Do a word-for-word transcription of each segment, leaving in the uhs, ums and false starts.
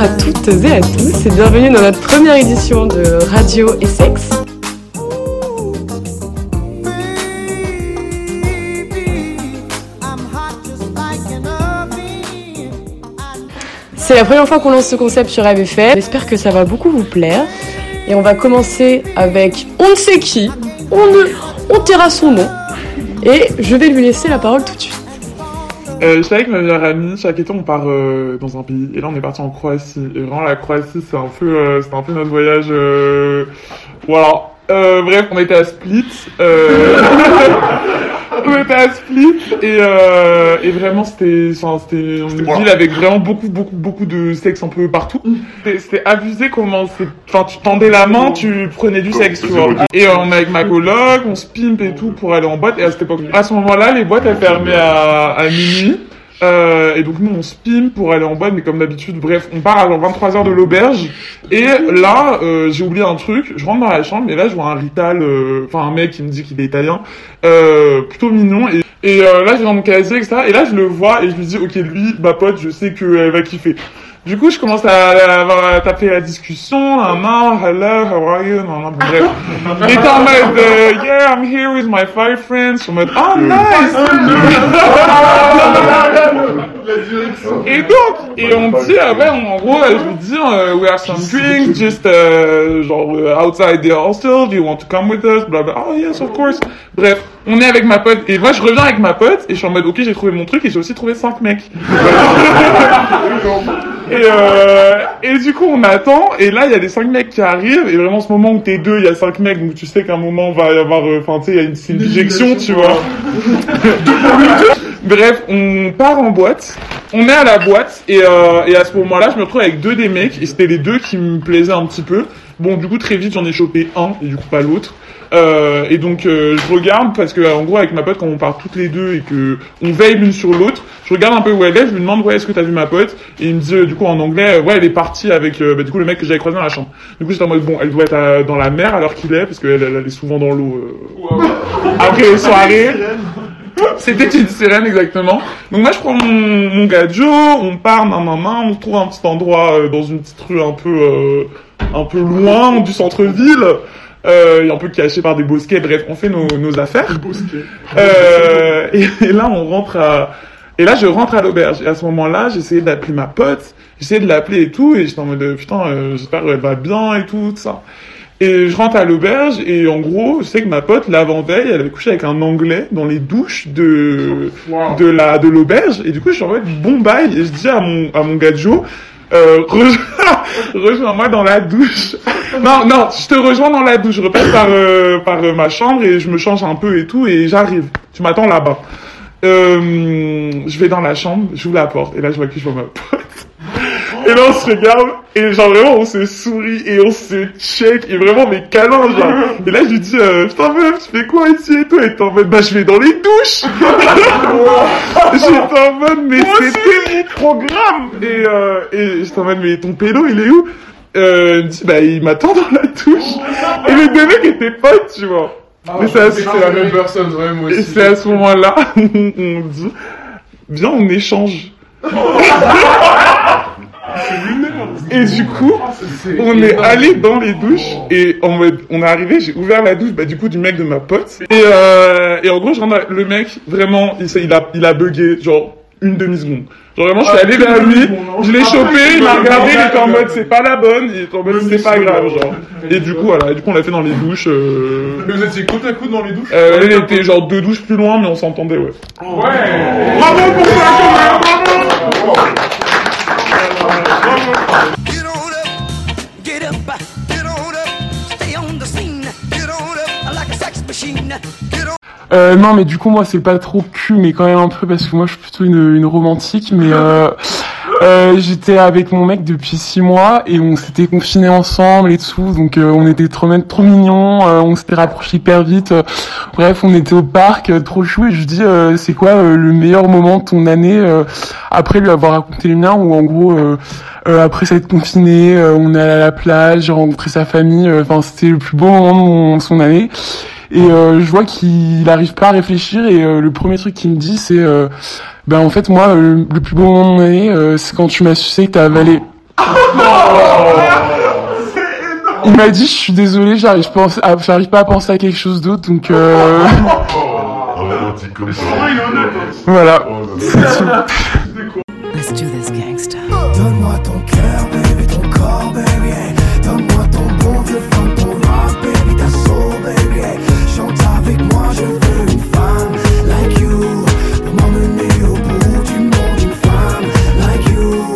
à toutes et à tous et bienvenue dans notre première édition de Radio et Sexe. C'est la première fois qu'on lance ce concept sur A B F M. J'espère que ça va beaucoup vous plaire. Et on va commencer avec on ne sait qui, on, ne, on taira son nom. Et je vais lui laisser la parole tout de suite. Euh, je suis avec ma meilleure amie, chaque été on part euh, dans un pays, et là on est parti en Croatie, et vraiment la Croatie c'est un peu, euh, c'est un peu notre voyage, euh... voilà. Euh, bref, on était à Split, euh... on était à Split, et, euh... et vraiment c'était, enfin, c'était une ville avec vraiment beaucoup, beaucoup, beaucoup de sexe un peu partout. C'était, c'était abusé comment c'est, enfin tu tendais la main, tu prenais du sexe, tu vois. Et euh, on est avec ma coloc, on se pimpe et tout pour aller en boîte, et à cette époque, à ce moment-là, les boîtes elles fermaient à, à minuit. Euh, et donc nous on se pimpe pour aller en boîte, mais comme d'habitude, bref, on part à genre vingt-trois heures de l'auberge. Et là, euh, j'ai oublié un truc. Je rentre dans la chambre et là je vois un Rital, enfin euh, un mec qui me dit qu'il est italien, euh, plutôt mignon. Et, et euh, là je vais dans mon casier, et cetera. Et là je le vois et je lui dis ok, lui, ma pote, je sais qu'elle va kiffer. Du coup, je commence à, à, à taper la discussion, nan, nan, hello, how are you, nan, nan, bref. Il était en mode, uh, yeah, I'm here with my five friends. Je suis en mode, oh, nice! Et donc, et on dit, ah ouais, en gros, je lui dis, uh, we have some drinks, just, uh, genre, uh, outside the hostel, do you want to come with us, blah, blah. Oh, yes, of course. Bref, on est avec ma pote, et moi, je reviens avec ma pote, et je suis en mode, ok, j'ai trouvé mon truc, et j'ai aussi trouvé cinq mecs. Et, euh, et du coup, on attend, et là, il y a les cinq mecs qui arrivent, et vraiment, ce moment où t'es deux, il y a cinq mecs, donc tu sais qu'à un moment, va y avoir, enfin, tu sais, il y a une, c'est une déjection, tu vois. Bref, on part en boîte, on est à la boîte, et, euh, et à ce moment-là, je me retrouve avec deux des mecs, et c'était les deux qui me plaisaient un petit peu. Bon, du coup, très vite, j'en ai chopé un, et du coup, pas l'autre. Euh, et donc euh, je regarde parce que en gros avec ma pote quand on part toutes les deux et que on veille l'une sur l'autre, je regarde un peu où elle est, je lui demande ouais est-ce que t'as vu ma pote et il me dit euh, du coup en anglais euh, ouais elle est partie avec euh, bah, du coup le mec que j'avais croisé dans la chambre. Du coup j'étais en mode bon elle doit être à, dans la mer alors qu'il est parce qu'elle elle, elle est souvent dans l'eau euh, après les soirées. C'était une sirène exactement. Donc moi je prends mon, mon gars Joe, on part nan nan nan, on trouve un petit endroit euh, dans une petite rue un peu euh, un peu loin du centre-ville. Euh, un peu caché par des bosquets, bref, on fait nos, nos affaires. Euh, et, et là, on rentre à, et là, je rentre à l'auberge. Et à ce moment-là, j'essayais d'appeler ma pote, j'essayais de l'appeler et tout, et j'étais en mode, putain, euh, j'espère qu'elle va bien et tout, tout ça. Et je rentre à l'auberge, et en gros, je sais que ma pote, l'avant-veille, elle avait couché avec un Anglais dans les douches de, wow. de la, de l'auberge, et du coup, je suis en mode, bon bye, et je dis à mon, à mon gars Joe, Euh, rejoins-moi dans la douche. Non, non, je te rejoins dans la douche. Je repasse par, euh, par euh, ma chambre et je me change un peu et tout et j'arrive. Tu m'attends là-bas. Euh, je vais dans la chambre, j'ouvre la porte et là je vois que je vois ma pote. Et là on se regarde et genre vraiment on se sourit et on se check et vraiment mes câlins genre. Et là je lui dis euh, putain meuf tu fais quoi ici et tout et t'es en mode bah je vais dans les douches. J'étais en mode mais c'était mon programme et euh, et j'étais en mode mais ton pélo il est où? Euh, il me dit bah il m'attend dans la douche et les deux mecs étaient potes tu vois. Ah, mais c'est, à... c'est la même personne vraiment moi aussi. Et c'est à ce moment-là on dit viens on échange. Et du coup, on est allé dans les douches et en mode, on est arrivé, j'ai ouvert la douche, bah du coup du mec de ma pote et euh, et en gros je rentre, le mec vraiment, il, il a il a bugué genre une demi seconde. Genre vraiment, je suis allé vers lui, je l'ai chopé, il m'a regardé, il était en mode c'est pas la bonne, il était en mode c'est pas grave genre. Et du coup voilà, et du coup on l'a fait dans les douches. Euh... Mais vous étiez côte à côte dans les douches? Euh, elle était genre deux douches plus loin, mais on s'entendait ouais. Ouais. Bravo pour ça, bravo. Get on up, get up, get on up, stay on the scene, get on up like a sex machine, get on. Euh, non, mais du coup, moi, c'est pas trop cul, mais quand même un peu, parce que moi, je suis plutôt une, une romantique, mais euh, euh, j'étais avec mon mec depuis six mois, et on s'était confinés ensemble et tout, donc euh, on était trop, trop mignons, euh, on s'était rapprochés hyper vite, euh, bref, on était au parc, euh, trop chou, et je lui dis, euh, c'est quoi euh, le meilleur moment de ton année, euh, après lui avoir raconté les miens, où en gros, euh, euh, après s'être confiné, euh, on est allé à la plage, j'ai rencontré sa famille, enfin, euh, c'était le plus beau moment de son année. Et euh, je vois qu'il arrive pas à réfléchir et euh, le premier truc qu'il me dit c'est euh, ben en fait moi euh, le plus beau moment de mon année euh, c'est quand tu m'as sucé que t'as avalé Il m'a dit, je suis désolée, j'arrive pas, à, j'arrive pas à penser à quelque chose d'autre, donc euh... Un romantique comme ça. voilà. Let's do this, gangsta. Donne-moi ton cœur, baby, ton corps, baby, hey. Donne-moi ton bon vieux funk, ton rock, baby, ta soul, baby, hey. Chante avec moi, je veux une femme like you, pour m'emmener au bout du monde, une femme like you,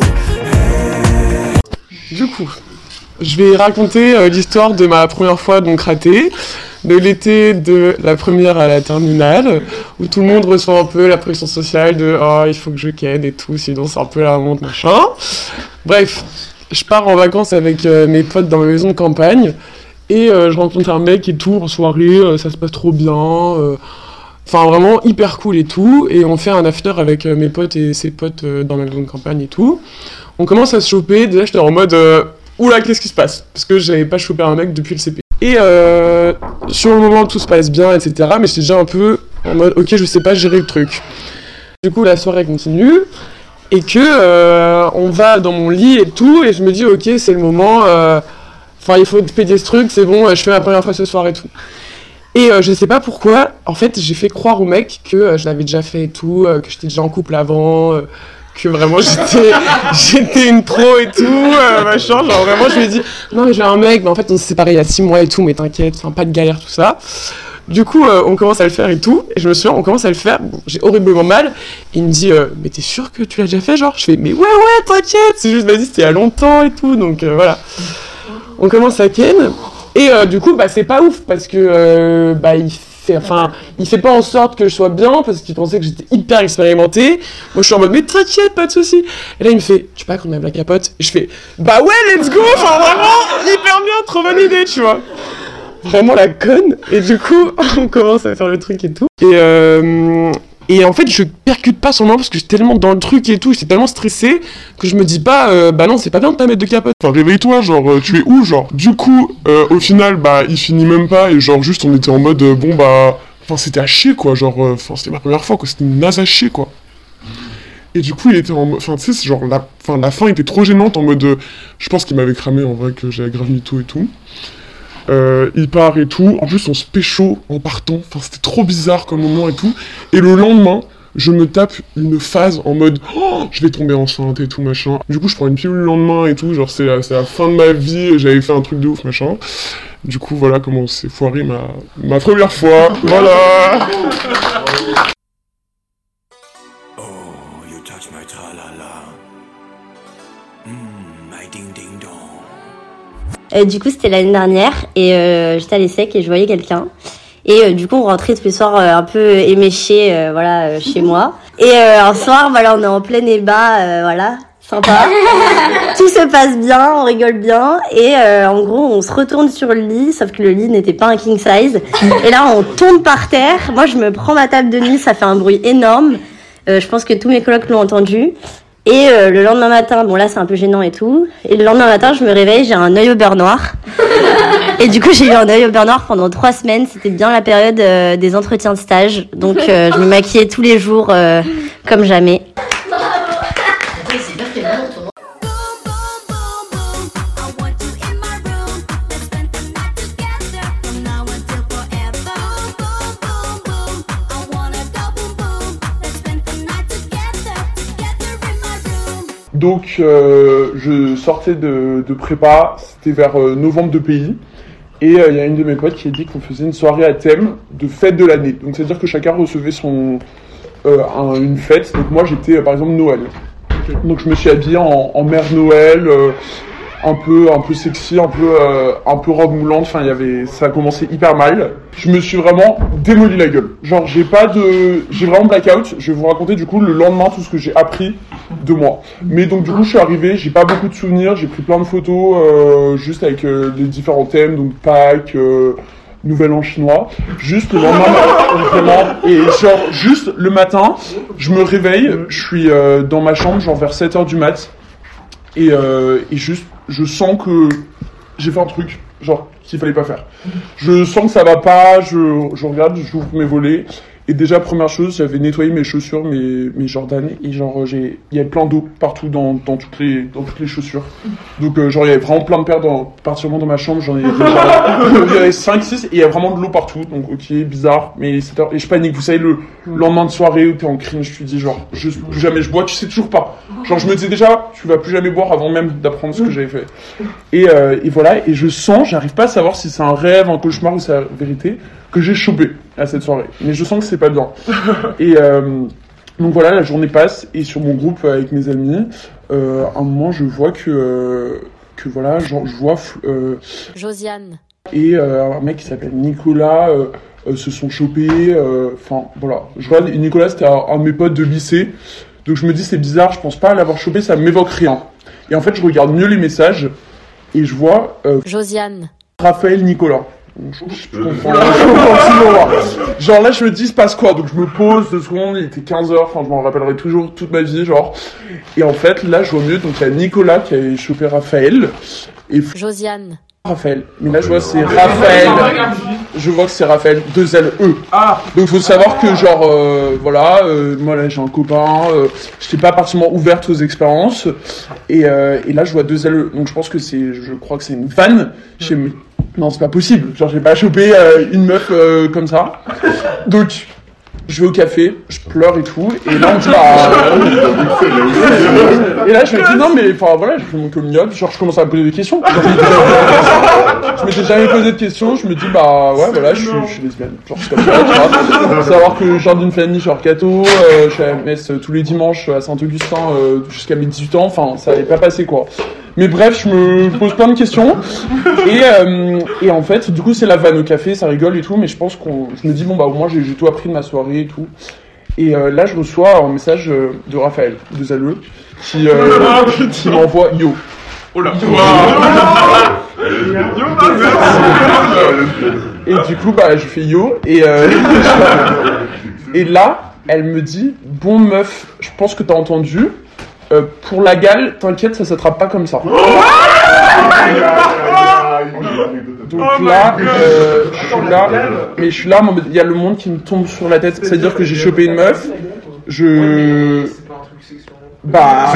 hey. Du coup, je vais raconter euh, l'histoire de ma première fois donc ratée, de l'été de la première à la terminale, où tout le monde ressent un peu la pression sociale de « Oh, il faut que je ken et tout, sinon c'est un peu la honte, machin ». Bref, je pars en vacances avec euh, mes potes dans ma maison de campagne, et euh, je rencontre un mec et tout, en soirée, euh, ça se passe trop bien, euh, enfin vraiment hyper cool et tout, et on fait un after avec euh, mes potes et ses potes euh, dans ma maison de campagne et tout. On commence à se choper, déjà j'étais en mode euh, « Oula, qu'est-ce qui se passe ?» Parce que j'avais pas chopé un mec depuis le C P. Et euh, sur le moment, tout se passe bien, et cetera. Mais j'étais déjà un peu en mode, ok, je sais pas gérer le truc. Du coup, la soirée continue, et que euh, on va dans mon lit et tout, et je me dis, ok, c'est le moment, enfin, euh, il faut péter ce truc, c'est bon, je fais ma première fois ce soir et tout. Et euh, je sais pas pourquoi, en fait, j'ai fait croire au mec que euh, je l'avais déjà fait et tout, euh, que j'étais déjà en couple avant, euh, que vraiment j'étais j'étais une pro et tout, euh, machin, genre vraiment je lui ai dit non mais j'ai un mec, mais en fait on s'est séparés il y a six mois et tout, mais t'inquiète, enfin pas de galère tout ça. Du coup euh, on commence à le faire et tout, et je me souviens on commence à le faire, bon, j'ai horriblement mal, et il me dit euh, mais t'es sûr que tu l'as déjà fait, genre je fais mais ouais ouais t'inquiète, c'est juste vas-y c'était il y a longtemps et tout, donc euh, voilà. On commence à ken, et euh, du coup bah c'est pas ouf parce que euh, bah il Enfin, il fait pas en sorte que je sois bien parce qu'il pensait que j'étais hyper expérimentée. Moi, je suis en mode, mais t'inquiète, pas de soucis. Et là, il me fait, tu sais pas qu'on a la capote? Et je fais, bah ouais, let's go. Enfin, vraiment, hyper bien, trop bonne idée, tu vois. Vraiment la conne. Et du coup, on commence à faire le truc et tout. Et, euh, et en fait, je percute pas sur moi parce que j'étais tellement dans le truc et tout, j'étais tellement stressée que je me dis pas, euh, bah non, c'est pas bien de pas mettre de capote. Enfin, réveille-toi, genre, euh, tu es où, genre? Du coup, euh, au final, bah, il finit même pas, et genre, juste, on était en mode, euh, bon, bah, enfin, c'était à chier, quoi, genre, enfin, euh, c'était ma première fois, quoi, c'était une naze à chier, quoi. Et du coup, il était en mode, enfin, tu sais, c'est genre, la, fin, la fin était trop gênante, en mode, euh, je pense qu'il m'avait cramé, en vrai, que j'avais grave mytho et tout. Euh, il part et tout, en plus, on se pécho en partant, enfin, c'était trop bizarre comme moment et tout, et le lendemain, je me tape une phase en mode oh, je vais tomber enceinte et tout machin. Du coup je prends une pilule le lendemain et tout, genre c'est la, c'est la fin de ma vie, j'avais fait un truc de ouf machin. Du coup voilà comment s'est foiré ma, ma première fois, voilà. Oh, you touch my tra-la-la. Mm, my ding-ding-dong. Euh, du coup, c'était l'année dernière et euh, j'étais à l'ESSEC et je voyais quelqu'un. Et euh, du coup, on rentrait tous les soirs euh, un peu éméchés, euh, voilà, euh, chez moi. Et euh, un soir, voilà, on est en plein ébat, euh, voilà, sympa. Tout se passe bien, on rigole bien. Et euh, en gros, on se retourne sur le lit, sauf que le lit n'était pas un king size. Et là, on tombe par terre. Moi, je me prends ma table de nuit, ça fait un bruit énorme. Euh, je pense que tous mes colocs l'ont entendu. Et euh, le lendemain matin, bon là c'est un peu gênant et tout, et le lendemain matin je me réveille, j'ai un œil au beurre noir. Et du coup j'ai eu un œil au beurre noir pendant trois semaines, c'était bien la période euh, des entretiens de stage, donc euh, je me maquillais tous les jours euh, comme jamais. Donc, euh, je sortais de, de prépa, c'était vers euh, novembre de P I, et il euh, y a une de mes potes qui a dit qu'on faisait une soirée à thème de fête de l'année. Donc, c'est-à-dire que chacun recevait son euh, un, une fête. Donc, moi, j'étais, euh, par exemple, Noël. Donc, je me suis habillée en, en mère Noël, euh, un peu, un peu sexy, un peu, euh, un peu robe moulante. Enfin, il y avait, ça a commencé hyper mal. Je me suis vraiment démoli la gueule. Genre, j'ai pas de, j'ai vraiment blackout. Je vais vous raconter du coup le lendemain tout ce que j'ai appris de moi. Mais donc du coup, je suis arrivé, j'ai pas beaucoup de souvenirs, j'ai pris plein de photos, euh, juste avec euh, les différents thèmes, donc Pâques, euh, Nouvel An chinois. Juste le lendemain, vraiment, et genre juste le matin, je me réveille, je suis euh, dans ma chambre, genre vers sept heures du mat, et, euh, et juste, je sens que j'ai fait un truc, genre, qu'il fallait pas faire. Je sens que ça va pas, je, je regarde, j'ouvre mes volets, Et déjà, première chose, j'avais nettoyé mes chaussures, mes, mes Jordan, et genre, j'ai, il y avait plein d'eau partout dans, dans toutes les, dans toutes les chaussures. Donc, euh, genre, il y avait vraiment plein de paires dans, particulièrement dans ma chambre, j'en ai déjà, il y avait cinq, six, et il y a vraiment de l'eau partout. Donc, ok, bizarre, mais c'est, et je panique. Vous savez, le lendemain de soirée où t'es en cringe, tu te dis genre, je, plus jamais je bois, tu sais toujours pas. Genre, je me disais déjà, tu vas plus jamais boire avant même d'apprendre ce que j'avais fait. Et, euh, et voilà, et je sens, j'arrive pas à savoir si c'est un rêve, un cauchemar ou c'est la vérité, que j'ai chopé à cette soirée. Mais je sens que c'est pas bien. Et euh, donc voilà, la journée passe et sur mon groupe avec mes amis, euh, à un moment je vois que euh, que voilà, genre, je vois euh, Josiane et euh, un mec qui s'appelle Nicolas euh, euh, se sont chopés. Enfin euh, voilà, je vois Nicolas c'était un, un de mes potes de lycée, donc je me dis c'est bizarre, je pense pas l'avoir chopé, ça m'évoque rien. Et en fait je regarde mieux les messages et je vois euh, Josiane Raphaël Nicolas. Je, je comprends là, je comprends genre là je me dis il se passe quoi, donc je me pose deux secondes, il était quinze heures, enfin je m'en rappellerai toujours toute ma vie genre, et en fait là je vois mieux, donc il y a Nicolas qui a chopé Raphaël et Josiane Raphaël, mais là je vois c'est Raphaël, je vois que c'est Raphaël, deux L E. Ah. Donc faut savoir que genre euh, voilà, euh, moi là j'ai un copain, euh, j'étais pas particulièrement ouverte aux expériences, et, euh, et là je vois deux L E, donc je pense que c'est, je crois que c'est une vanne chez moi. Non, c'est pas possible. Genre, j'ai pas chopé euh, une meuf euh, comme ça. Donc, je vais au café, je pleure et tout. Et là, on dit, bah... et là, je me dis, non, mais enfin, voilà, je fais mon coming out. Genre, je commence à me poser des questions. Je m'étais jamais posé de questions. Je me dis, bah, ouais, voilà, je suis, je suis lesbienne. Genre, c'est comme ça, tu vois. Faut savoir que je viens d'une famille, genre, catho. Euh, je suis à la messe tous les dimanches à Saint-Augustin euh, jusqu'à mes dix-huit ans. Enfin, ça allait pas passer, quoi. Mais bref, je me pose plein de questions. Et, euh, et en fait, du coup, c'est la vanne au café, ça rigole et tout. Mais je pense qu'on... Je me dis, bon, bah, au moins, j'ai, j'ai tout appris de ma soirée et tout. Et euh, là, je reçois un message de Raphaël, de Zaleux, qui, euh, qui m'envoie Yo. Oh là. Et du coup, bah, je fais Yo. Et, euh, et là, elle me dit, bon, meuf, je pense que t'as entendu. Euh, pour la gale, t'inquiète, ça s'attrape pas comme ça. Donc là, euh, je suis là, mais je suis là, il y a le monde qui me tombe sur la tête. C'est-à-dire que j'ai chopé une meuf, je... Bah,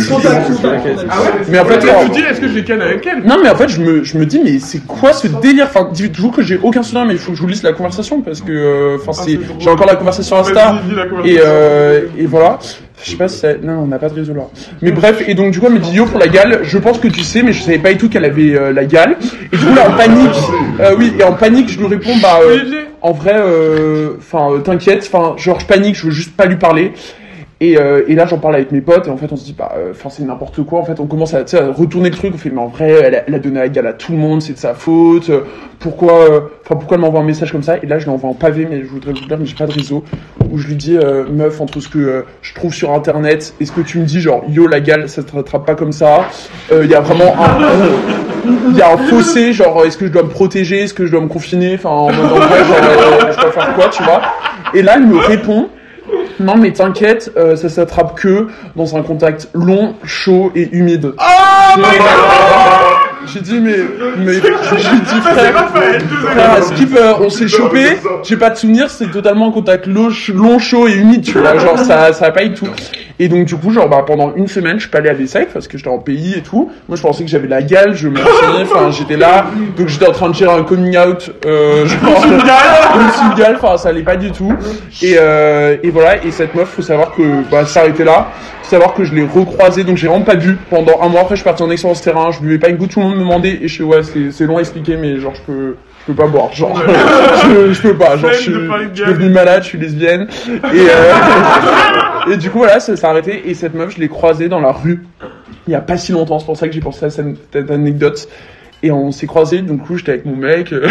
mais en fait, tu dis, est-ce que je les canne avec elle? Non, mais en fait, je me, je me dis, mais c'est quoi ce délire? Enfin, dites-vous que j'ai aucun souvenir, mais il faut que je vous lise la conversation parce que, enfin, c'est, j'ai encore la conversation Insta et euh, et voilà. Je sais pas si ça... Non, on n'a pas de réseau là. Mais bref, et donc du coup, elle me dit Yo pour la gale, je pense que tu sais, mais je savais pas du tout qu'elle avait euh, la gale. Et du coup, là, en panique, euh, oui, et en panique, je lui réponds, bah, euh, en vrai, enfin, euh, t'inquiète, enfin, genre, je panique, je veux juste pas lui parler. Et, euh, et là, j'en parle avec mes potes, et en fait, on se dit, bah, enfin, euh, c'est n'importe quoi. En fait, on commence à, à retourner le truc. On fait, mais en vrai, elle a, elle a donné la gale à tout le monde, c'est de sa faute. Pourquoi, enfin, euh, pourquoi elle m'envoie un message comme ça? Et là, je l'envoie en pavé, mais je voudrais vous dire, mais j'ai pas de réseau. Où je lui dis, euh, meuf, entre ce que euh, je trouve sur internet et ce que tu me dis, genre, yo, la gale, ça te rattrape pas comme ça. Il euh, y a vraiment un, il y a un fossé, genre, est-ce que je dois me protéger, est-ce que je dois me confiner, enfin, en mode, en vrai, genre, euh, je dois faire quoi, tu vois? Et là, elle me répond. Non mais t'inquiète, euh, ça s'attrape que dans un contact long, chaud et humide. Oh j'ai dit mais, mais j'ai dit frère, frère Skip, euh, on s'est chopé, j'ai pas de souvenir, c'est totalement un contact long, long, chaud et humide, tu vois, genre ça, ça a pas eu tout. Et donc du coup genre bah pendant une semaine je suis pas allé à Bessac parce que j'étais en pays et tout. Moi je pensais que j'avais la gale, je me renseignais, enfin j'étais là, donc j'étais en train de gérer un coming out, euh, genre une gale, enfin ça allait pas du tout. Et euh, et voilà, et cette meuf faut savoir que bah ça s'arrêtait là. Faut savoir que je l'ai recroisée, donc j'ai vraiment pas vu pendant un mois. Après je suis parti en expérience terrain, je buvais pas une goutte, tout le monde me demandait et je sais ouais c'est c'est long à expliquer mais genre je peux je peux pas boire, genre je, je peux pas, genre je, je suis devenue malade, je suis lesbienne et euh, et du coup voilà ça s'est arrêté et cette meuf je l'ai croisée dans la rue il y a pas si longtemps, c'est pour ça que j'ai pensé à cette, cette anecdote. Et on s'est croisés, donc du coup j'étais avec mon mec, euh...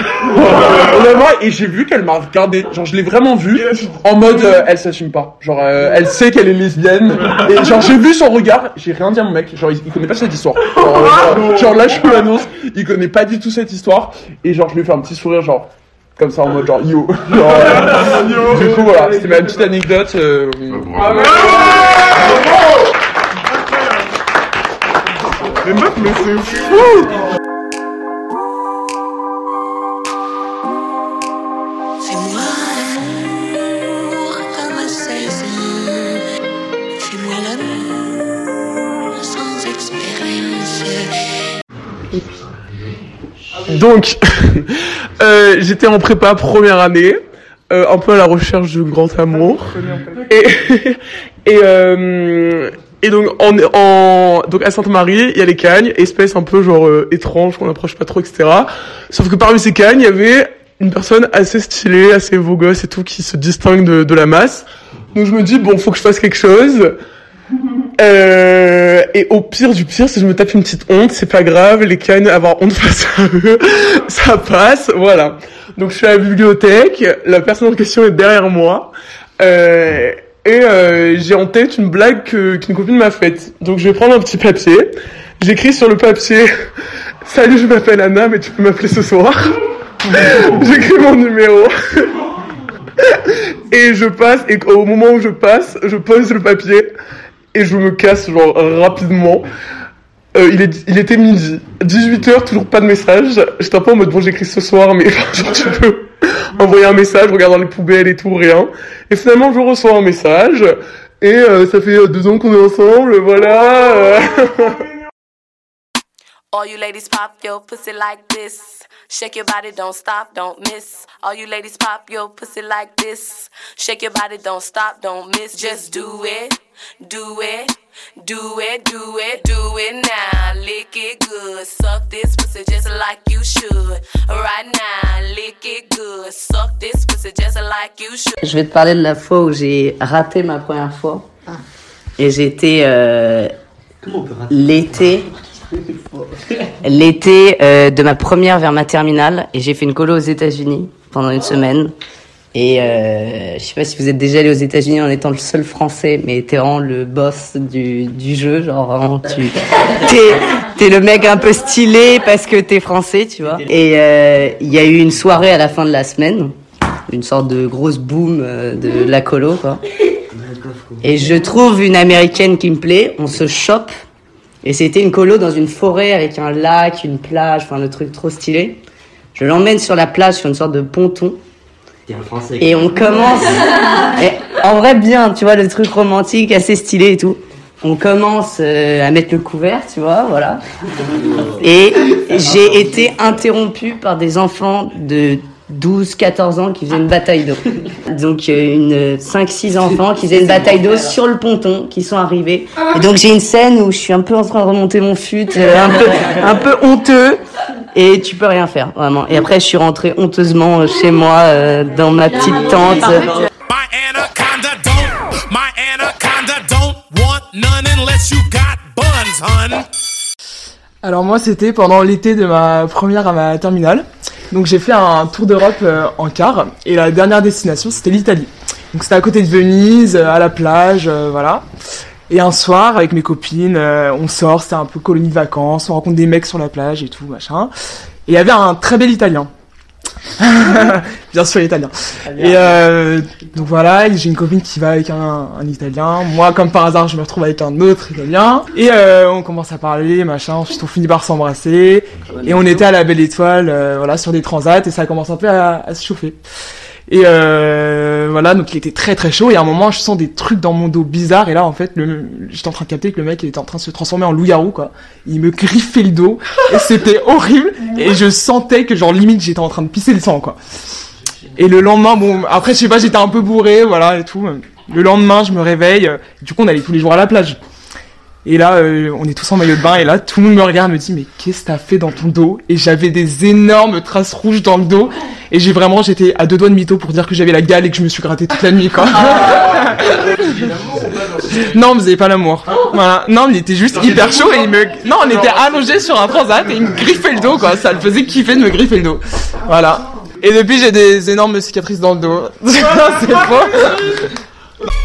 et j'ai vu qu'elle m'a regardé, genre je l'ai vraiment vu, en mode euh, elle s'assume pas, genre euh, elle sait qu'elle est lesbienne, et genre j'ai vu son regard, j'ai rien dit à mon mec, genre il, il connaît pas cette histoire, genre, euh, genre là je vous l'annonce, il connaît pas du tout cette histoire, et genre je lui ai fait un petit sourire genre, comme ça en mode genre yo, genre, euh, du coup voilà, c'était ma petite anecdote. Euh... Mais meuf, mais c'est fou! C'est moi l'amour, Donc, euh, j'étais en prépa première année, euh, un peu à la recherche du grand amour. Et, et, euh, et donc, en, en, donc à Sainte-Marie, il y a les cagnes, espèce un peu genre euh, étrange, qu'on n'approche pas trop, et cetera. Sauf que parmi ces cagnes, il y avait une personne assez stylée, assez beau gosse et tout, qui se distingue de, de la masse. Donc je me dis, bon, faut que je fasse quelque chose. Euh, et au pire du pire, si je me tape une petite honte, c'est pas grave, les cagnes, avoir honte face à eux, ça passe, voilà. Donc je suis à la bibliothèque, la personne en question est derrière moi, euh, et euh, j'ai en tête une blague que, qu'une copine m'a faite. Donc je vais prendre un petit papier, j'écris sur le papier « Salut, je m'appelle Anna, mais tu peux m'appeler ce soir ». J'écris mon numéro. Et je passe, et au moment où je passe, je pose le papier, et je me casse, genre, rapidement. Euh, il, est, il était midi. dix-huit heures, toujours pas de message. J'étais un peu en mode, bon, j'écris ce soir, mais genre, tu peux envoyer un message, regarder dans les poubelles et tout, rien. Et finalement, je reçois un message, et euh, ça fait deux ans qu'on est ensemble, voilà. Euh... All you ladies pop your pussy like this. Shake your body, don't stop, don't miss. All you ladies pop your pussy like this. Shake your body, don't stop, don't miss. Just do it, do it, do it, do it, do it now. Lick it good, suck this pussy just like you should. Right now, lick it good, suck this pussy just like you should. Je vais te parler de la fois où j'ai raté ma première fois. Et j'étais euh, l'été... L'été euh, de ma première vers ma terminale, et j'ai fait une colo aux États-Unis pendant une semaine. Et euh, je sais pas si vous êtes déjà allé aux États-Unis en étant le seul Français, mais t'es vraiment le boss du du jeu, genre vraiment tu t'es t'es le mec un peu stylé parce que t'es français, tu vois. Et il euh, y a eu une soirée à la fin de la semaine, une sorte de grosse boom euh, de la colo, quoi. Et je trouve une américaine qui me plaît, on se chope. Et c'était une colo dans une forêt avec un lac, une plage, enfin le truc trop stylé. Je l'emmène sur la plage sur une sorte de ponton. Et on commence... Et en vrai bien, tu vois, le truc romantique, assez stylé et tout. On commence euh, à mettre le couvert, tu vois, voilà. Et j'ai été interrompue par des enfants de douze quatorze ans qui faisaient une bataille d'eau. Donc euh, une cinq six enfants qui faisaient une bataille d'eau sur le ponton, qui sont arrivés. Et donc j'ai une scène où je suis un peu en train de remonter mon fut, euh, un peu un peu honteux, et tu peux rien faire, vraiment. Et après je suis rentrée honteusement chez moi euh, dans ma petite tente. My anaconda don't, my anaconda don't want none unless you got buns, hun. Alors moi c'était pendant l'été de ma première à ma terminale. Donc j'ai fait un tour d'Europe euh, en car, et la dernière destination c'était l'Italie. Donc c'était à côté de Venise, euh, à la plage, euh, voilà. Et un soir avec mes copines, euh, on sort, c'était un peu colonie de vacances, on rencontre des mecs sur la plage et tout, machin. Et il y avait un très bel Italien. Bien sûr l'italien. Et euh, donc voilà, j'ai une copine qui va avec un, un Italien. Moi, comme par hasard, je me retrouve avec un autre Italien. Et euh, on commence à parler, machin. Ensuite, on finit par s'embrasser. Et on était à la Belle Étoile, euh, voilà, sur des transats. Et ça commence un peu à, à se chauffer. Et euh, voilà, donc il était très très chaud. Et à un moment, je sens des trucs dans mon dos bizarres. Et là, en fait, le, j'étais en train de capter que le mec il était en train de se transformer en loup-garou, quoi. Il me griffait le dos. Et c'était horrible. Et je sentais que, genre, limite, j'étais en train de pisser le sang, quoi. Et le lendemain, bon, après, je sais pas, j'étais un peu bourré, voilà, et tout. Le lendemain, je me réveille. Du coup, on allait tous les jours à la plage. Et là, euh, on est tous en maillot de bain, et là, tout le monde me regarde, me dit, mais qu'est-ce que t'as fait dans ton dos? Et j'avais des énormes traces rouges dans le dos, et j'ai vraiment, j'étais à deux doigts de mytho pour dire que j'avais la gale et que je me suis gratté toute la nuit, quoi. Non, on faisait pas l'amour. Voilà. Non, il était juste hyper chaud, et il me, non, on était allongés sur un transat, et il me griffait le dos, quoi. Ça le faisait kiffer de me griffer le dos. Voilà. Et depuis, j'ai des énormes cicatrices dans le dos. C'est faux.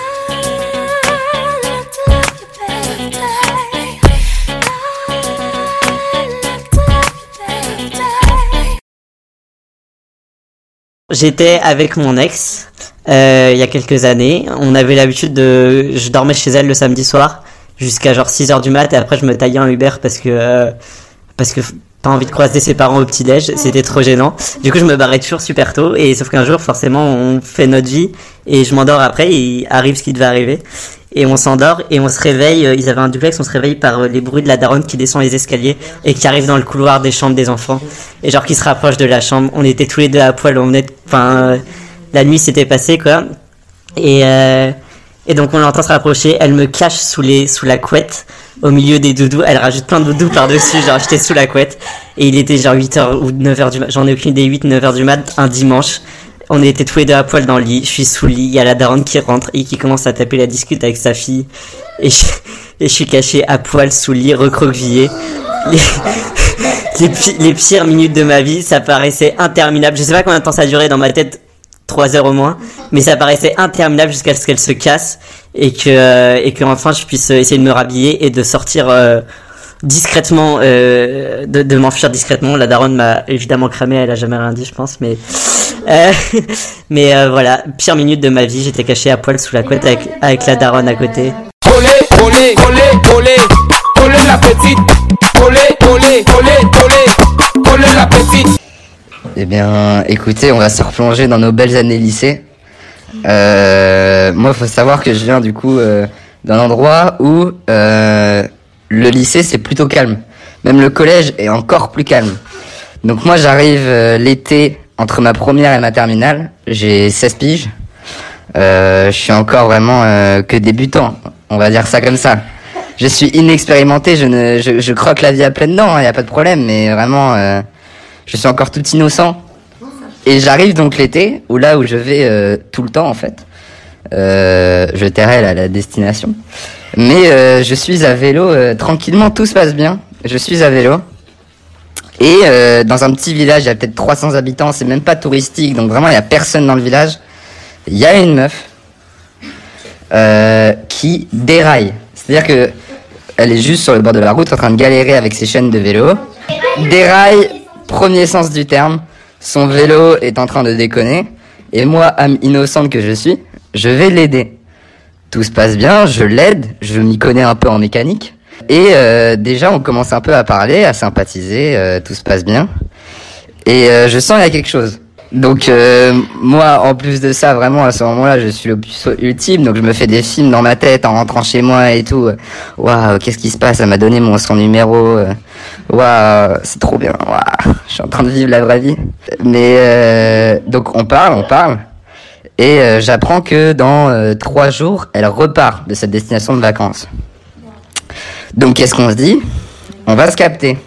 J'étais avec mon ex euh, il y a quelques années. On avait l'habitude de... Je dormais chez elle le samedi soir jusqu'à genre six heures du mat, et après je me taillais un Uber parce que... Euh, parce que pas envie de croiser ses parents au petit-déj, c'était trop gênant. Du coup je me barrais toujours super tôt, et sauf qu'un jour forcément on fait notre vie et je m'endors après, et il arrive ce qui devait arriver. et on s'endort et on se réveille, euh, ils avaient un duplex, on se réveille par euh, les bruits de la daronne qui descend les escaliers et qui arrive dans le couloir des chambres des enfants et genre qui se rapproche de la chambre. On était tous les deux à poil, on venait, enfin euh, la nuit s'était passée quoi et euh, et donc on l'entend se rapprocher, elle me cache sous les sous la couette au milieu des doudous, elle rajoute plein de doudous par-dessus, genre j'étais sous la couette et il était genre huit heures ou neuf heures du mat, j'en ai aucune idée, huit neuf heures du mat un dimanche. On était tous les deux à poil dans le lit, je suis sous le lit, il y a la daronne qui rentre et qui commence à taper la discute avec sa fille et je, et je suis caché à poil sous le lit, recroquevillé. Les, les, pi- les pires minutes de ma vie, ça paraissait interminable. Je sais pas combien de temps ça a duré dans ma tête, trois heures au moins, mais ça paraissait interminable jusqu'à ce qu'elle se casse et que euh, et que enfin je puisse essayer de me rhabiller et de sortir euh, discrètement, euh, de, de m'enfuir discrètement. La daronne m'a évidemment cramé, elle a jamais rien dit je pense, mais euh, mais euh, voilà, pire minute de ma vie, j'étais caché à poil sous la couette avec, avec la daronne à côté. Olé, olé, olé, olé, olé la petite, olé, olé, olé, olé, olé la petite. Eh bien, écoutez, on va se replonger dans nos belles années lycée. Euh, moi, faut savoir que je viens du coup euh, d'un endroit où euh, le lycée c'est plutôt calme. Même le collège est encore plus calme. Donc moi, j'arrive euh, l'été entre ma première et ma terminale. J'ai seize piges. Euh, je suis encore vraiment euh, que débutant, on va dire ça comme ça. Je suis inexpérimenté, je ne, je, je croque la vie à pleines dents, il y a pas de problème, mais vraiment, euh, je suis encore tout innocent. Et j'arrive donc l'été, où là où je vais euh, tout le temps en fait. Euh, je tairai à la destination. Mais euh, je suis à vélo euh, tranquillement, tout se passe bien. Je suis à vélo. Et euh, dans un petit village, il y a peut-être trois cents habitants, c'est même pas touristique, donc vraiment il y a personne dans le village. Il y a une meuf euh, qui déraille. C'est-à-dire que elle est juste sur le bord de la route en train de galérer avec ses chaînes de vélo. Déraille, premier sens du terme. Son vélo est en train de déconner. Et moi, âme innocente que je suis, je vais l'aider. Tout se passe bien, je l'aide, je m'y connais un peu en mécanique. Et euh, déjà, on commence un peu à parler, à sympathiser, euh, tout se passe bien. Et euh, je sens qu'il y a quelque chose. Donc euh, moi, en plus de ça, vraiment à ce moment-là, je suis le plus ultime. Donc je me fais des films dans ma tête en rentrant chez moi et tout. Waouh, qu'est-ce qui se passe? Elle m'a donné mon son numéro. Waouh, c'est trop bien. Waouh, je suis en train de vivre la vraie vie. Mais euh, donc on parle, on parle. Et euh, j'apprends que dans euh, trois jours, elle repart de cette destination de vacances. Donc qu'est-ce qu'on se dit? On va se capter.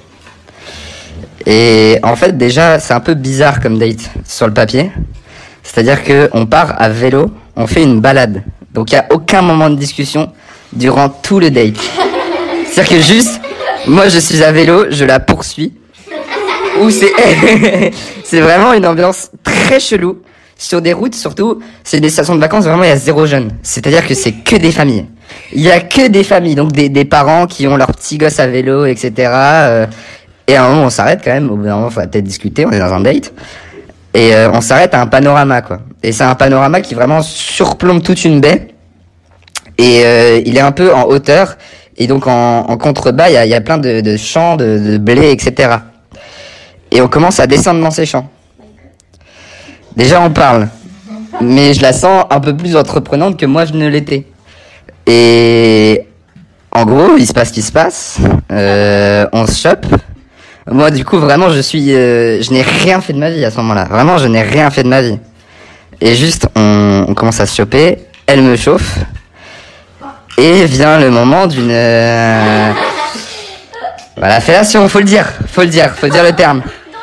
Et en fait, déjà, c'est un peu bizarre comme date sur le papier. C'est-à-dire que on part à vélo, on fait une balade. Donc il y a aucun moment de discussion durant tout le date. C'est-à-dire que juste, moi je suis à vélo, je la poursuis. Ou c'est c'est vraiment une ambiance très chelou. Sur des routes, surtout, c'est des stations de vacances, vraiment il y a zéro jeune. C'est-à-dire que c'est que des familles. Il y a que des familles, donc des, des parents qui ont leurs petits gosses à vélo, et cetera. Euh, et à un moment on s'arrête quand même, au bout d'un moment il faut peut-être discuter, on est dans un date. Et euh, on s'arrête à un panorama quoi. Et c'est un panorama qui vraiment surplombe toute une baie. Et euh, il est un peu en hauteur. Et donc en, en contrebas, il y a, y a plein de, de champs, de, de blé, et cetera. Et on commence à descendre dans ces champs. Déjà on parle. Mais je la sens un peu plus entreprenante que moi je ne l'étais. Et en gros, il se passe ce qui se passe. Euh, on se chope. Moi, du coup, vraiment, je suis, euh, je n'ai rien fait de ma vie à ce moment-là. Vraiment, je n'ai rien fait de ma vie. Et juste, on, on commence à se choper. Elle me chauffe. Et vient le moment d'une, euh... voilà, fellation, faut le dire, faut le dire, faut dire le terme.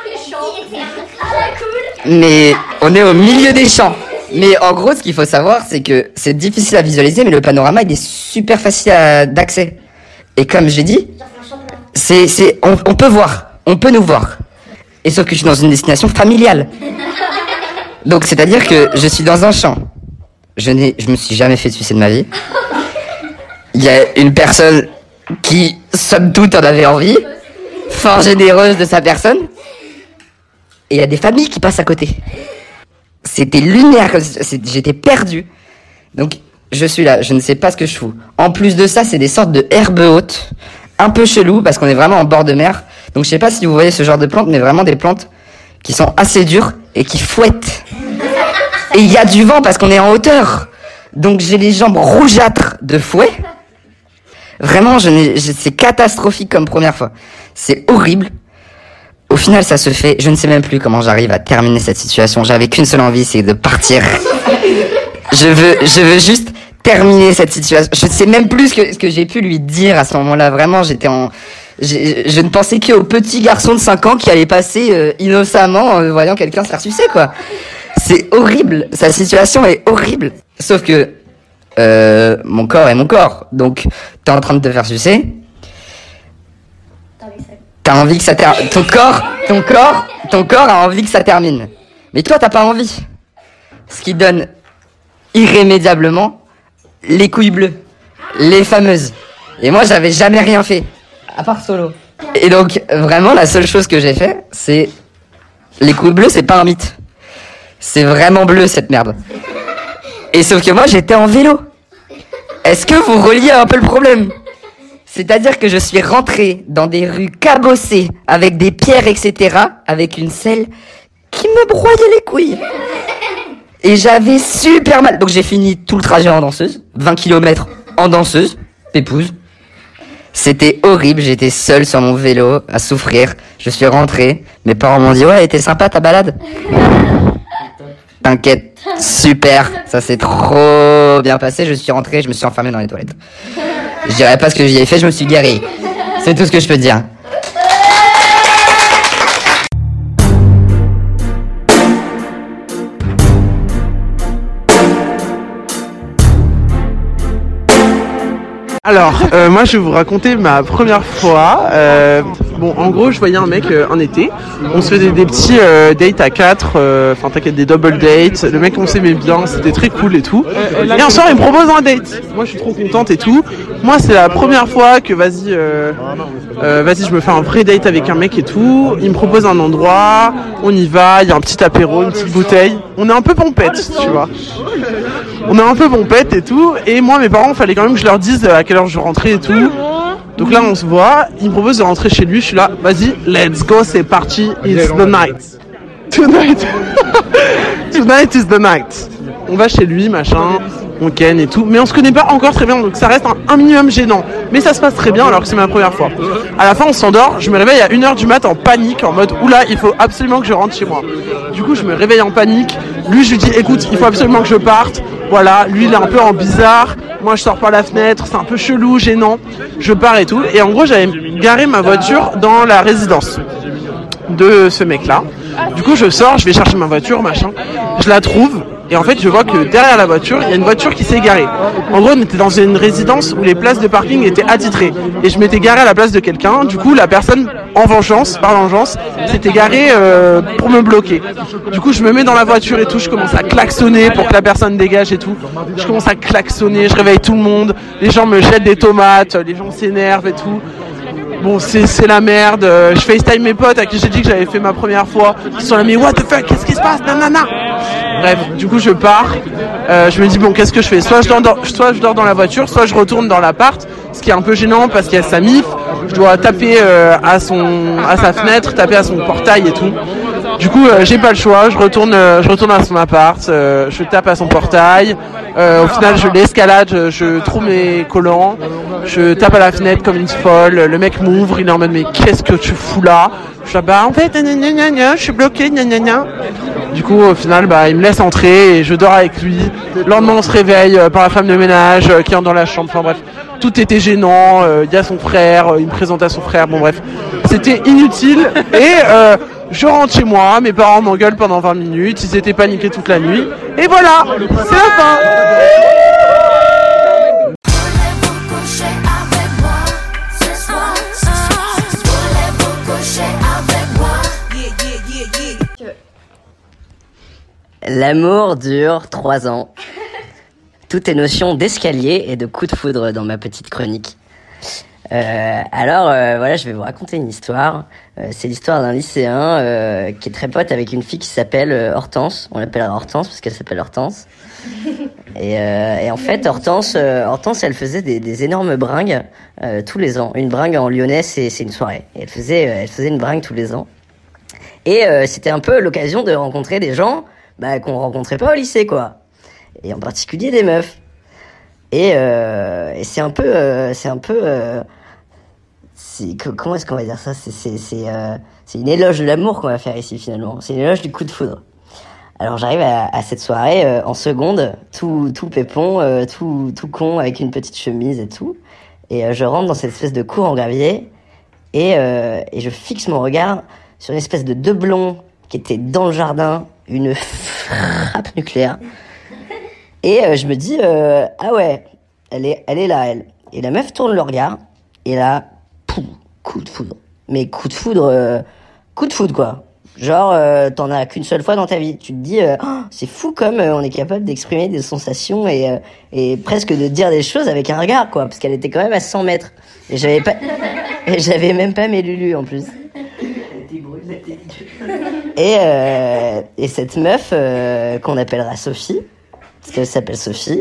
Mais on est au milieu des champs. Mais en gros, ce qu'il faut savoir, c'est que c'est difficile à visualiser, mais le panorama, il est super facile à, d'accès. Et comme j'ai dit, c'est, c'est, on, on peut voir. On peut nous voir. Et sauf que je suis dans une destination familiale. Donc, c'est-à-dire que je suis dans un champ. Je n'ai, je me suis jamais fait sucer de ma vie. Il y a une personne qui, somme toute, en avait envie. Fort généreuse de sa personne. Et il y a des familles qui passent à côté. C'était lunaire, j'étais perdu. Donc, je suis là, je ne sais pas ce que je fous. En plus de ça, c'est des sortes de herbes hautes. Un peu chelou, parce qu'on est vraiment en bord de mer. Donc je sais pas si vous voyez ce genre de plantes, mais vraiment des plantes qui sont assez dures et qui fouettent. Et il y a du vent parce qu'on est en hauteur. Donc j'ai les jambes rougeâtres de fouet. Vraiment, je n'ai, je, c'est catastrophique comme première fois. C'est horrible. Au final, ça se fait. Je ne sais même plus comment j'arrive à terminer cette situation. J'avais qu'une seule envie, c'est de partir. Je veux, je veux juste terminer cette situation. Je ne sais même plus ce que, ce que j'ai pu lui dire à ce moment-là. Vraiment, j'étais en... Je, je ne pensais qu'au petit garçon de cinq ans qui allait passer euh, innocemment en voyant quelqu'un se faire sucer, quoi. C'est horrible. Sa situation est horrible. Sauf que euh, mon corps est mon corps. Donc, t'es en train de te faire sucer. T'as envie que ça termine. Ton corps, ton corps, ton corps a envie que ça termine. Mais toi, t'as pas envie. Ce qui donne irrémédiablement les couilles bleues. Les fameuses. Et moi, j'avais jamais rien fait. À part solo. Et donc, vraiment, la seule chose que j'ai fait, c'est... Les couilles bleues, c'est pas un mythe. C'est vraiment bleu, cette merde. Et sauf que moi, j'étais en vélo. Est-ce que vous reliez un peu le problème ? C'est-à-dire que je suis rentré dans des rues cabossées, avec des pierres, et cetera, avec une selle qui me broyait les couilles. Et j'avais super mal. Donc j'ai fini tout le trajet en danseuse, vingt kilomètres en danseuse, pépouse. C'était horrible, j'étais seul sur mon vélo, à souffrir. Je suis rentré, mes parents m'ont dit « Ouais, elle était sympa ta balade ?» T'inquiète, super, ça s'est trop bien passé, je suis rentré, je me suis enfermé dans les toilettes. Je dirais pas ce que j'y ai fait, je me suis garé. C'est tout ce que je peux te dire. Alors, euh, moi je vais vous raconter ma première fois. Euh, bon, en gros, je voyais un mec euh, un été. On se faisait des petits euh, dates à quatre, enfin euh, t'inquiète, des double dates. Le mec, on s'aimait bien, c'était très cool et tout. Et un soir, il me propose un date. Moi, je suis trop contente et tout. Moi, c'est la première fois que vas-y, euh, euh, vas-y, je me fais un vrai date avec un mec et tout. Il me propose un endroit, on y va. Il y a un petit apéro, une petite bouteille. On est un peu pompette, tu vois. On est un peu pompette et tout. Et moi, mes parents, fallait quand même que je leur dise à quelle heure je rentrais et tout. Donc là, on se voit. Il me propose de rentrer chez lui. Je suis là, vas-y, let's go, c'est parti. It's the night. Tonight. Tonight is the night. On va chez lui, machin. On ken et tout. Mais on se connaît pas encore très bien. Donc ça reste un, un minimum gênant. Mais ça se passe très bien alors que c'est ma première fois. À la fin, on s'endort. Je me réveille à une heure du mat en panique. En mode, oula, il faut absolument que je rentre chez moi. Du coup, je me réveille en panique. Lui, je lui dis, écoute, il faut absolument que je parte. Voilà, lui il est un peu en bizarre, moi je sors par la fenêtre, c'est un peu chelou, gênant, je pars et tout. Et en gros j'avais garé ma voiture dans la résidence de ce mec là. Du coup je sors, je vais chercher ma voiture, machin, je la trouve. Et en fait, je vois que derrière la voiture, il y a une voiture qui s'est garée. En gros, on était dans une résidence où les places de parking étaient attitrées. Et je m'étais garé à la place de quelqu'un. Du coup, la personne, en vengeance, par vengeance, s'était garée euh, pour me bloquer. Du coup, je me mets dans la voiture et tout. Je commence à klaxonner pour que la personne dégage et tout. Je commence à klaxonner, je réveille tout le monde. Les gens me jettent des tomates, les gens s'énervent et tout. Bon, c'est, c'est la merde. Je FaceTime mes potes à qui j'ai dit que j'avais fait ma première fois. Ils sont là, mais what the fuck, qu'est-ce qui se passe, nanana. Bref, du coup je pars, euh, je me dis bon qu'est-ce que je fais, soit je, dors dans, soit je dors dans la voiture, soit je retourne dans l'appart, ce qui est un peu gênant parce qu'il y a sa mif, je dois taper euh, à, son, à sa fenêtre, taper à son portail et tout. Du coup euh, j'ai pas le choix, je retourne, euh, je retourne à son appart, euh, je tape à son portail, euh, au final je l'escalade, je, je trouve mes collants, je tape à la fenêtre comme une folle, le mec m'ouvre, il est en mode mais qu'est-ce que tu fous là? Je suis là, bah en fait gna gna gna gna, je suis bloqué gna gna gna. Du coup au final bah il me laisse entrer et je dors avec lui. Le lendemain on se réveille euh, par la femme de ménage euh, qui entre dans la chambre, enfin bref, tout était gênant, il euh, y a son frère, euh, il me présente à son frère, bon bref, c'était inutile et euh, je rentre chez moi, mes parents m'engueulent pendant vingt minutes, ils étaient paniqués toute la nuit et voilà, c'est la fin. L'amour dure trois ans. Tout est notion d'escalier et de coup de foudre dans ma petite chronique. Euh, alors euh, voilà, je vais vous raconter une histoire. Euh, c'est l'histoire d'un lycéen euh, qui est très pote avec une fille qui s'appelle euh, Hortense. On l'appelle Hortense parce qu'elle s'appelle Hortense. Et, euh, et en fait, Hortense, euh, Hortense, elle faisait des, des énormes bringues euh, tous les ans. Une bringue en lyonnais, c'est, c'est une soirée. Et elle faisait, euh, elle faisait une bringue tous les ans. Et euh, c'était un peu l'occasion de rencontrer des gens bah, qu'on rencontrait pas au lycée, quoi. Et en particulier des meufs. Et, euh, et c'est un peu, euh, c'est un peu, euh, c'est, comment est-ce qu'on va dire ça? C'est, c'est, c'est, euh, c'est une éloge de l'amour qu'on va faire ici finalement. C'est une éloge du coup de foudre. Alors j'arrive à, à cette soirée euh, en seconde, tout, tout pépon, euh, tout, tout con, avec une petite chemise et tout. Et euh, je rentre dans cette espèce de cour en gravier et, euh, et je fixe mon regard sur une espèce de deux blonds qui était dans le jardin, une frappe nucléaire. Et euh, je me dis, euh, ah ouais, elle est, elle est là, elle. Et la meuf tourne le regard, et là, pouf, coup de foudre. Mais coup de foudre, euh, coup de foudre quoi. Genre, euh, t'en as qu'une seule fois dans ta vie. Tu te dis, euh, oh, c'est fou comme euh, on est capable d'exprimer des sensations et, euh, et presque de dire des choses avec un regard quoi. Parce qu'elle était quand même à cent mètres. Et j'avais pas, et j'avais même pas mes lulus en plus. Et, euh, et cette meuf euh, qu'on appellera Sophie, parce qu'elle s'appelle Sophie,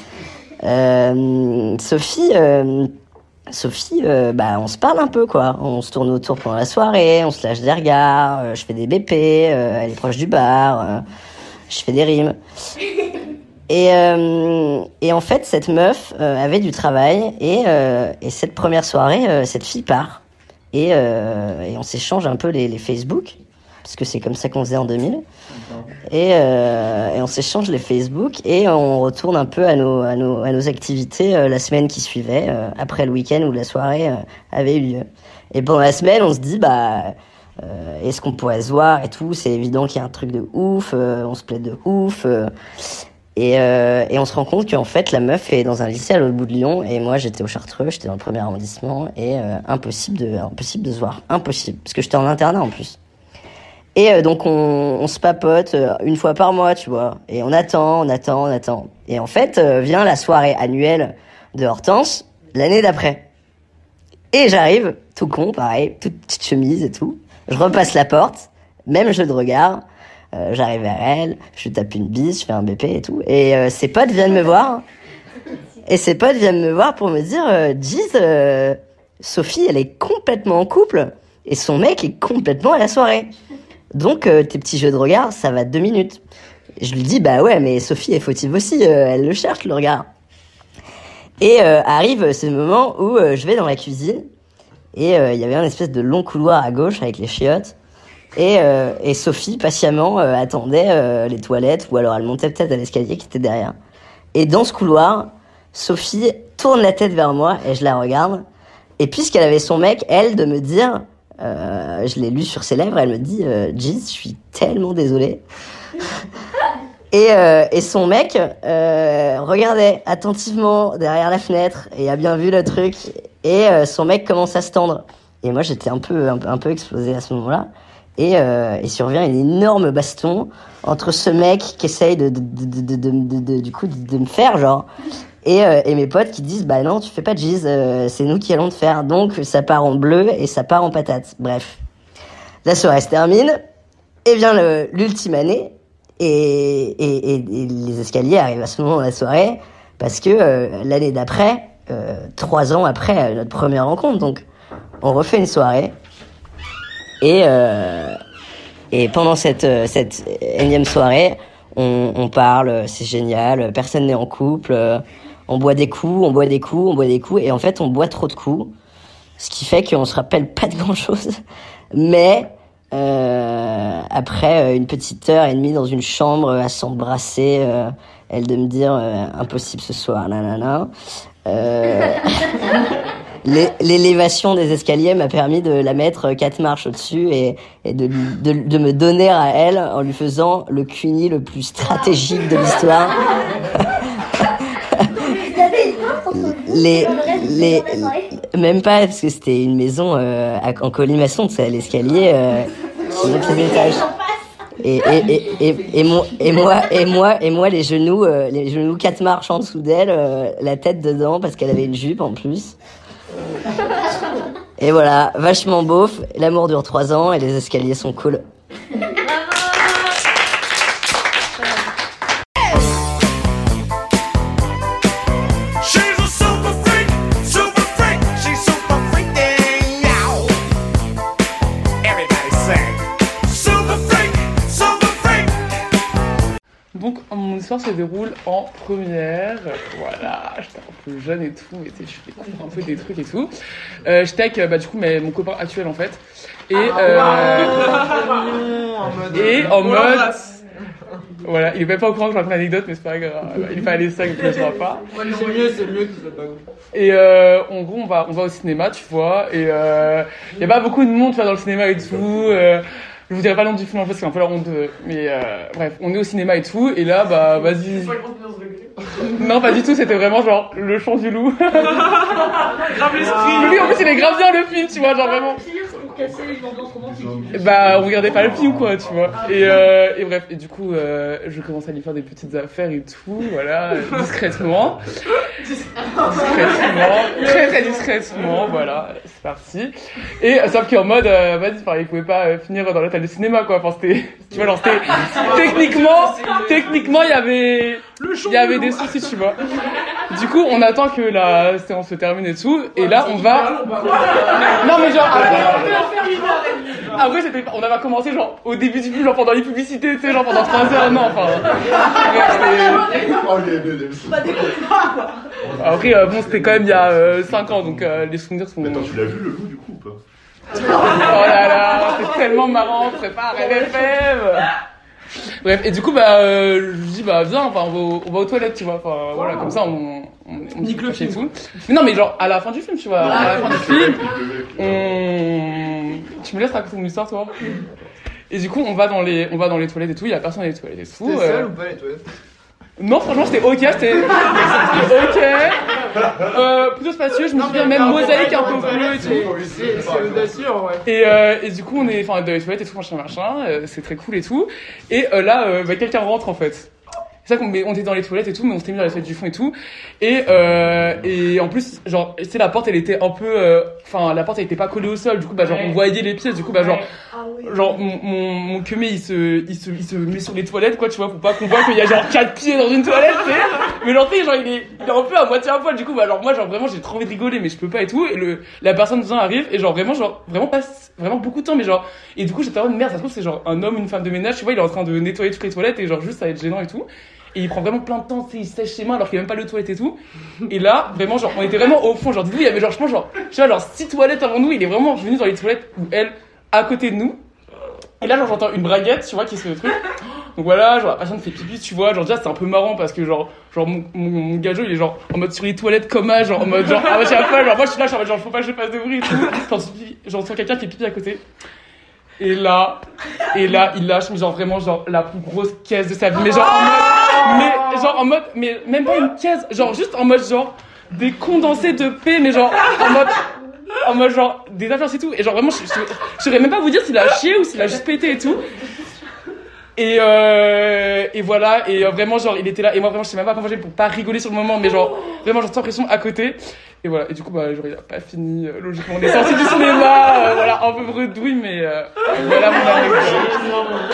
euh, Sophie, euh, Sophie, euh, bah on se parle un peu quoi, on se tourne autour pendant la soirée, on se lâche des regards, euh, je fais des B P, euh, elle est proche du bar, euh, je fais des rimes. Et, euh, et en fait cette meuf euh, avait du travail et, euh, et cette première soirée, euh, cette fille part et, euh, et on s'échange un peu les, les Facebook. Parce que c'est comme ça qu'on faisait en deux mille. Et, euh, et on s'échange les Facebook et on retourne un peu à nos, à nos, à nos activités euh, la semaine qui suivait, euh, après le week-end où la soirée euh, avait eu lieu. Et pendant la semaine, on se dit, bah, euh, est-ce qu'on pourrait se voir et tout? C'est évident qu'il y a un truc de ouf, euh, on se plaît de ouf. Euh, et, euh, et on se rend compte qu'en fait, la meuf est dans un lycée à l'autre bout de Lyon et moi, j'étais au Chartreux, j'étais dans le premier arrondissement et euh, impossible de, impossible de se voir. Impossible. Parce que j'étais en internat en plus. Et euh, donc on, on se papote euh, une fois par mois, tu vois. Et on attend, on attend, on attend. Et en fait, euh, vient la soirée annuelle de Hortense l'année d'après. Et j'arrive, tout con, pareil, toute petite chemise et tout. Je repasse la porte, même jeu de regard. Euh, j'arrive vers elle, je tape une bise, je fais un B P et tout. Et euh, ses potes viennent me voir. Et ses potes viennent me voir pour me dire, euh, Giz, euh, Sophie, elle est complètement en couple. Et son mec est complètement à la soirée. Donc, euh, tes petits jeux de regard, ça va deux minutes. Je lui dis, bah ouais, mais Sophie est fautive aussi, euh, elle le cherche, le regard. Et euh, arrive ce moment où euh, je vais dans la cuisine, et il euh, y avait un espèce de long couloir à gauche avec les chiottes, et, euh, et Sophie, patiemment, euh, attendait euh, les toilettes, ou alors elle montait peut-être à l'escalier qui était derrière. Et dans ce couloir, Sophie tourne la tête vers moi, et je la regarde, et puisqu'elle avait son mec, elle, de me dire... Euh, je l'ai lu sur ses lèvres, elle me dit euh, Giz, je suis tellement désolée. et, euh, et son mec euh, regardait attentivement derrière la fenêtre et a bien vu le truc. Et euh, son mec commence à se tendre. Et moi j'étais un peu, un, un peu explosée à ce moment-là. Et, euh, et survient une énorme baston entre ce mec qui essaye de, de, de, de, de, de, de, du coup, de, de me faire genre. Et, euh, et mes potes qui disent, bah non, tu fais pas de Giz, euh, c'est nous qui allons te faire. Donc, ça part en bleu et ça part en patate. Bref. La soirée se termine, et vient le, l'ultime année, et, et, et, et les escaliers arrivent à ce moment de la soirée, parce que euh, l'année d'après, euh, trois ans après euh, notre première rencontre, donc, on refait une soirée, et, euh, et pendant cette, cette énième soirée, on, on parle, c'est génial, personne n'est en couple, euh, on boit des coups, on boit des coups, on boit des coups, et en fait, on boit trop de coups, ce qui fait qu'on se rappelle pas de grand-chose. Mais euh, après une petite heure et demie dans une chambre à s'embrasser, euh, elle de me dire euh, impossible ce soir, nanana. Euh, l'élévation des escaliers m'a permis de la mettre quatre marches au-dessus et, et de, de, de me donner à elle en lui faisant le cuni le plus stratégique de l'histoire. les, les, même pas parce que c'était une maison euh, en colimaçon, tu sais, à l'escalier euh, qui monte les étages. Et, et, et, et, et, moi, et moi, et moi, et moi, les genoux, euh, les genoux quatre marches en dessous d'elle, euh, la tête dedans parce qu'elle avait une jupe en plus. Et voilà, vachement beauf. L'amour dure trois ans et les escaliers sont cool. donc mon histoire se déroule en première. Voilà, j'étais un peu jeune et tout, et je découvre un peu des trucs et tout. Euh, j'étais avec bah, du coup mais, mon copain actuel en fait. Et, euh, et en mode... Voilà, il est même pas au courant que je raconte l'anecdote, mais c'est pas grave. Il est pas allé ça, donc il ne le saura pas. Ouais, c'est mieux, c'est mieux qu'il soit pas ouf. Et euh, en gros, on va, on va au cinéma, tu vois, et il euh, y a pas beaucoup de monde, tu vois, dans le cinéma et tout. Euh, je vous dirai pas le nom du film en fait, c'est un peu la honte, de... mais euh, bref, on est au cinéma et tout, et là, bah, vas-y. Non, pas du tout, c'était vraiment genre le chant du loup. Grave l'esprit. Oui, en plus, il est grave bien le film, tu vois, genre vraiment. Bah, on regardait pas le film, quoi, tu vois. Et, euh, et bref, et du coup, euh, je commence à lui faire des petites affaires et tout, voilà, discrètement. Discrètement, très très discrètement, voilà, c'est parti. Et sauf qu'en mode, euh, vas-y, enfin, il pouvait pas euh, finir dans la salle de cinéma, quoi. Enfin, c'était, tu vois, genre, c'était, techniquement, techniquement, il y avait, il y avait des soucis, tu vois. Du coup, on attend que la séance se termine et tout, et là, on va. Non, mais genre, après, c'était, on avait commencé genre au début du film, genre pendant les publicités, tu sais, genre pendant trois heures, non, enfin. Après, euh, bon, c'était quand même il y a euh, cinq ans, donc euh, les souvenirs sont. Mais attends, tu l'as vu le loup du coup ou pas? Oh là là, c'est tellement marrant, prépare R F M. Bref, et du coup, bah, euh, je lui dis, bah, viens, enfin, on va, au, on va aux toilettes, tu vois, enfin, voilà, comme ça, on, on, on nique le film et tout. Mais non, mais genre, à la fin du film, tu vois, à la fin du film, on... Tu me laisses raconter mon histoire, toi? Et du coup, on va dans les, on va dans les toilettes et tout, il y a personne dans les toilettes et tout. C'était euh... seul ou pas les toilettes? Non, franchement, c'était ok, c'était, c'était ok. Euh, plutôt spacieux, je me souviens même mosaïque un peu bleu et tout. C'est, c'est audacieux, ouais. Et, euh, et du coup, on est, enfin, dans les toilettes et tout, machin, machin, euh, c'est très cool et tout. Et euh, là, euh, bah, quelqu'un rentre en fait. C'est ça qu'on on était dans les toilettes et tout, mais on s'était mis dans les toilettes du fond et tout. Et, euh, et en plus, genre, tu sais, la porte, elle était un peu, enfin, euh, la porte, elle était pas collée au sol. Du coup, bah, genre, on voyait les pièces. Du coup, bah, genre, genre, mon, mon, mon queumé, il se, il se, il se met sur les toilettes, quoi, tu vois, pour pas qu'on voit qu'il y a genre quatre pieds dans une toilette, tu sais. Mais genre, tu sais, genre, il est, il est un peu à moitié à poil. Du coup, bah, genre, moi, genre, vraiment, j'ai trop envie de rigoler, mais je peux pas et tout. Et le, la personne dedans arrive, et genre, vraiment, genre, vraiment passe, vraiment beaucoup de temps, mais genre, et du coup, j'étais en mode, merde, ça se trouve, c'est genre un homme, une femme de ménage, tu vois, il est en train de nettoyer toutes les toilettes, et genre, juste, ça va être gênant et tout. Et il prend vraiment plein de temps, tu sais, il sèche ses mains alors qu'il n'y a même pas le toilette et tout. Et là, vraiment, genre, on était vraiment au fond, genre, dis-vous, il y avait genre, je pense, genre, tu vois, genre, six toilettes avant nous, il est vraiment venu dans les toilettes où elle, à côté de nous. Et là, genre, j'entends une braguette, tu vois, qui se fait le truc. Donc voilà, genre, la personne fait pipi, tu vois, genre, déjà, c'est un peu marrant parce que, genre, genre, mon, mon, mon gajo, il est genre, en mode sur les toilettes comme âge, genre, en mode, genre, ah, moi, j'ai pas, genre, moi, je suis là, genre, genre, faut pas que je fasse de bruit et tout. J'entends, j'entends quelqu'un qui fait pipi à côté. Et là, et là, il lâche, mais genre, vraiment, genre, la plus grosse caisse de sa vie, mais genre, en mode, mais, genre, en mode, mais même pas une caisse, genre, juste en mode, genre, des condensés de paix, mais genre, en mode, en mode, genre, des affaires et tout. Et genre, vraiment, je, je, je saurais même pas vous dire s'il a chié ou s'il a juste pété et tout. Et, euh, et voilà, et euh, vraiment, genre, il était là, et moi, vraiment, je sais même pas comment j'ai pour pas rigoler sur le moment, mais genre, vraiment, j'ai l'impression à côté. Et voilà, et du coup, bah, genre, il a pas fini, euh, logiquement, on est sorti du cinéma, euh, voilà, un peu bredouille, mais euh, voilà mon anecdote.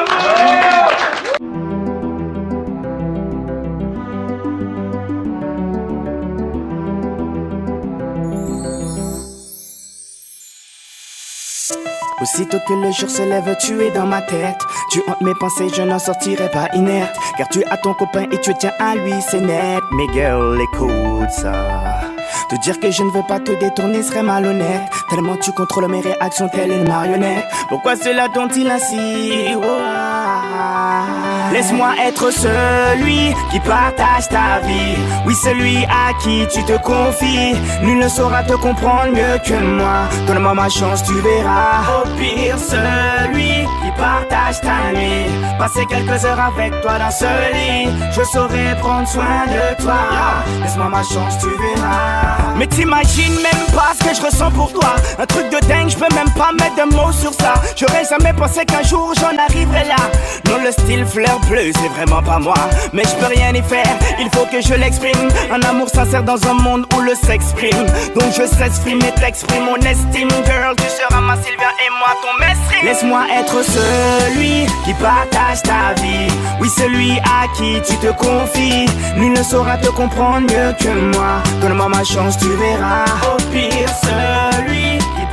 Aussitôt que le jour se lève, tu es dans ma tête. Tu hantes mes pensées, je n'en sortirai pas inerte. Car tu as ton copain et tu tiens à lui, c'est net. Mais girl, écoute ça. Te dire que je ne veux pas te détourner serait malhonnête. Tellement tu contrôles mes réactions telle une marionnette. Pourquoi cela dont-il ainsi? Oh, ah. Laisse-moi être celui qui partage ta vie. Oui, celui à qui tu te confies. Nul ne saura te comprendre mieux que moi. Donne-moi ma chance, tu verras. Au pire, celui qui partage ta nuit. Passer quelques heures avec toi dans ce lit. Je saurai prendre soin de toi. Laisse-moi ma chance, tu verras. Mais t'imagines même pas ce que je ressens pour toi. Un truc de dingue, je peux même pas mettre de mots sur ça. J'aurais jamais pensé qu'un jour j'en arriverais là. Non, le style fleur bleue, c'est vraiment pas moi. Mais je peux rien y faire, il faut que je l'exprime. Un amour sincère dans un monde où le sexe prime. Donc je s'exprime et t'exprime mon estime. Girl, tu seras ma Sylvia et moi ton mestre. Laisse-moi être celui qui partage ta vie. Oui, celui à qui tu te confies. Nul ne saura te comprendre mieux que moi. Donne-moi ma chance, tu verras. Au pire, celui qui partage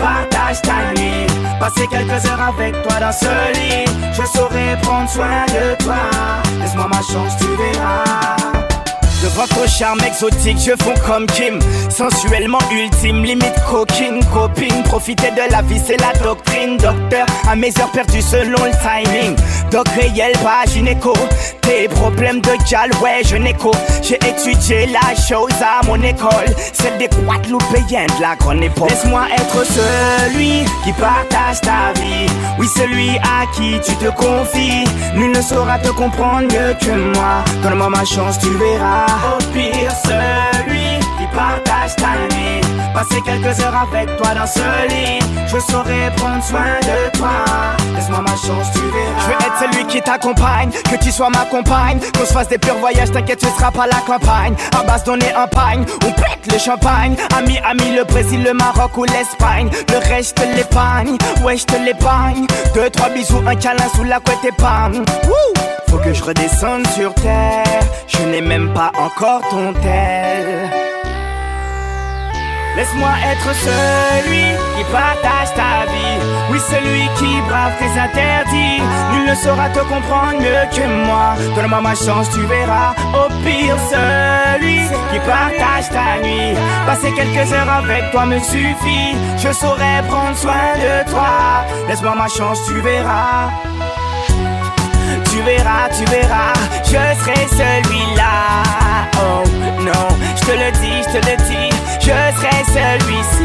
partage ta nuit. Passer quelques heures avec toi dans ce lit, je saurai prendre soin de toi. Laisse-moi ma chance, tu verras. De votre charme exotique, je fonds comme Kim. Sensuellement ultime, limite coquine, copine. Profiter de la vie, c'est la doctrine. Docteur, à mes heures perdues selon le timing. Doc réel, pas gynéco. Tes problèmes de gal, ouais, je n'écho. J'ai étudié la chose à mon école, celle des Guadeloupéens de la grande époque. Laisse-moi être celui qui partage ta vie. Oui, celui à qui tu te confies. Nul ne saura te comprendre mieux que moi. Donne-moi ma chance, tu verras. Au pire, celui qui partage ta nuit. Passer quelques heures avec toi dans ce lit, je saurai prendre soin de toi. Laisse-moi ma chance, tu verras. Je veux être celui qui t'accompagne, que tu sois ma compagne. Qu'on se fasse des purs voyages, t'inquiète, tu seras pas la campagne. À base donner un pagne, on pète le champagne. Ami, ami, le Brésil, le Maroc ou l'Espagne. Le reste, je te l'épargne, ouais, je te l'épargne. Deux, trois bisous, un câlin sous la couette épargne. Wouh! Faut que je redescende sur terre, je n'ai même pas encore ton tel. Laisse-moi être celui qui partage ta vie. Oui, celui qui brave tes interdits. Nul ne saura te comprendre mieux que moi. Donne-moi ma chance, tu verras. Au pire, celui qui partage ta nuit. Passer quelques heures avec toi me suffit. Je saurai prendre soin de toi. Laisse-moi ma chance, tu verras. Tu verras, tu verras, je serai celui-là. Oh non, je te le dis, je te le dis, je serai celui-ci.